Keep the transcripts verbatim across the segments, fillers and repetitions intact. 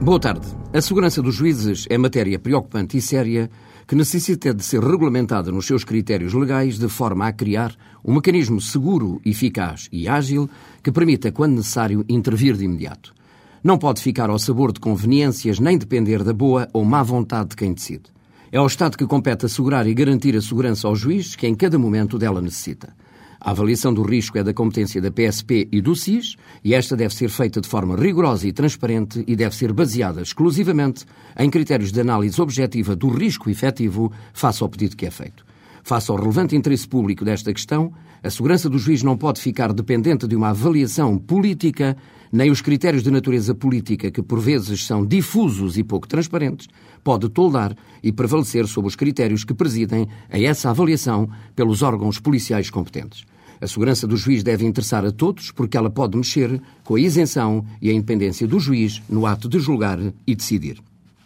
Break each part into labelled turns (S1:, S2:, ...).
S1: Boa tarde. A segurança dos juízes é matéria preocupante e séria que necessita de ser regulamentada nos seus critérios legais de forma a criar um mecanismo seguro, eficaz e ágil que permita, quando necessário, intervir de imediato. Não pode ficar ao sabor de conveniências nem depender da boa ou má vontade de quem decide. É ao Estado que compete assegurar e garantir a segurança ao juiz que em cada momento dela necessita. A avaliação do risco é da competência da P S P e do S I S e esta deve ser feita de forma rigorosa e transparente e deve ser baseada exclusivamente em critérios de análise objetiva do risco efetivo face ao pedido que é feito. Face ao relevante interesse público desta questão, a segurança do juiz não pode ficar dependente de uma avaliação política, nem os critérios de natureza política, que por vezes são difusos e pouco transparentes, pode toldar e prevalecer sobre os critérios que presidem a essa avaliação pelos órgãos policiais competentes. A segurança do juiz deve interessar a todos porque ela pode mexer com a isenção e a independência do juiz no ato de julgar e decidir.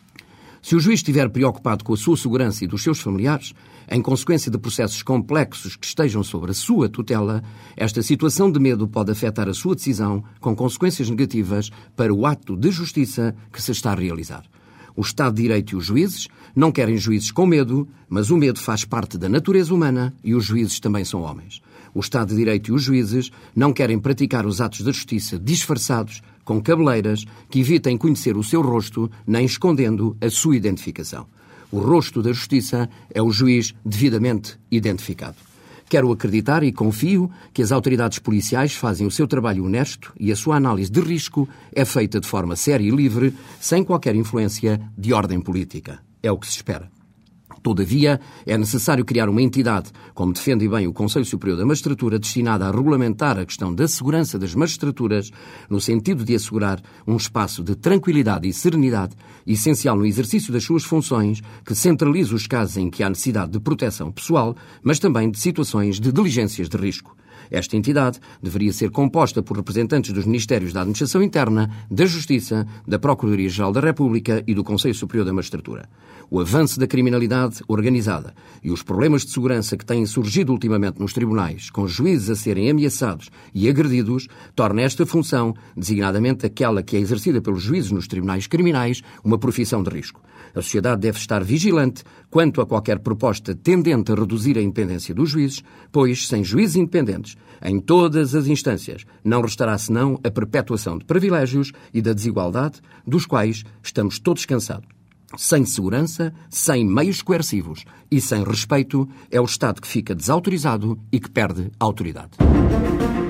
S1: Se o juiz estiver preocupado com a sua segurança e dos seus familiares, em consequência de processos complexos que estejam sobre a sua tutela, esta situação de medo pode afetar a sua decisão com consequências negativas para o ato de justiça que se está a realizar. O Estado de Direito e os juízes não querem juízes com medo, mas o medo faz parte da natureza humana e os juízes também são homens. O Estado de Direito e os juízes não querem praticar os atos da justiça disfarçados, com cabeleiras, que evitem conhecer o seu rosto, nem escondendo a sua identificação. O rosto da justiça é o juiz devidamente identificado. Quero acreditar e confio que as autoridades policiais fazem o seu trabalho honesto e a sua análise de risco é feita de forma séria e livre, sem qualquer influência de ordem política. É o que se espera. Todavia, é necessário criar uma entidade, como defende bem o Conselho Superior da Magistratura, destinada a regulamentar a questão da segurança das magistraturas, no sentido de assegurar um espaço de tranquilidade e serenidade, essencial no exercício das suas funções, que centralize os casos em que há necessidade de proteção pessoal, mas também de situações de diligências de risco. Esta entidade deveria ser composta por representantes dos Ministérios da Administração Interna, da Justiça, da Procuradoria-Geral da República e do Conselho Superior da Magistratura. O avanço da criminalidade organizada e os problemas de segurança que têm surgido ultimamente nos tribunais, com juízes a serem ameaçados e agredidos, torna esta função, designadamente aquela que é exercida pelos juízes nos tribunais criminais, uma profissão de risco. A sociedade deve estar vigilante quanto a qualquer proposta tendente a reduzir a independência dos juízes, pois, sem juízes independentes, em todas as instâncias, não restará senão a perpetuação de privilégios e da desigualdade, dos quais estamos todos cansados. Sem segurança, sem meios coercivos e sem respeito, é o Estado que fica desautorizado e que perde a autoridade.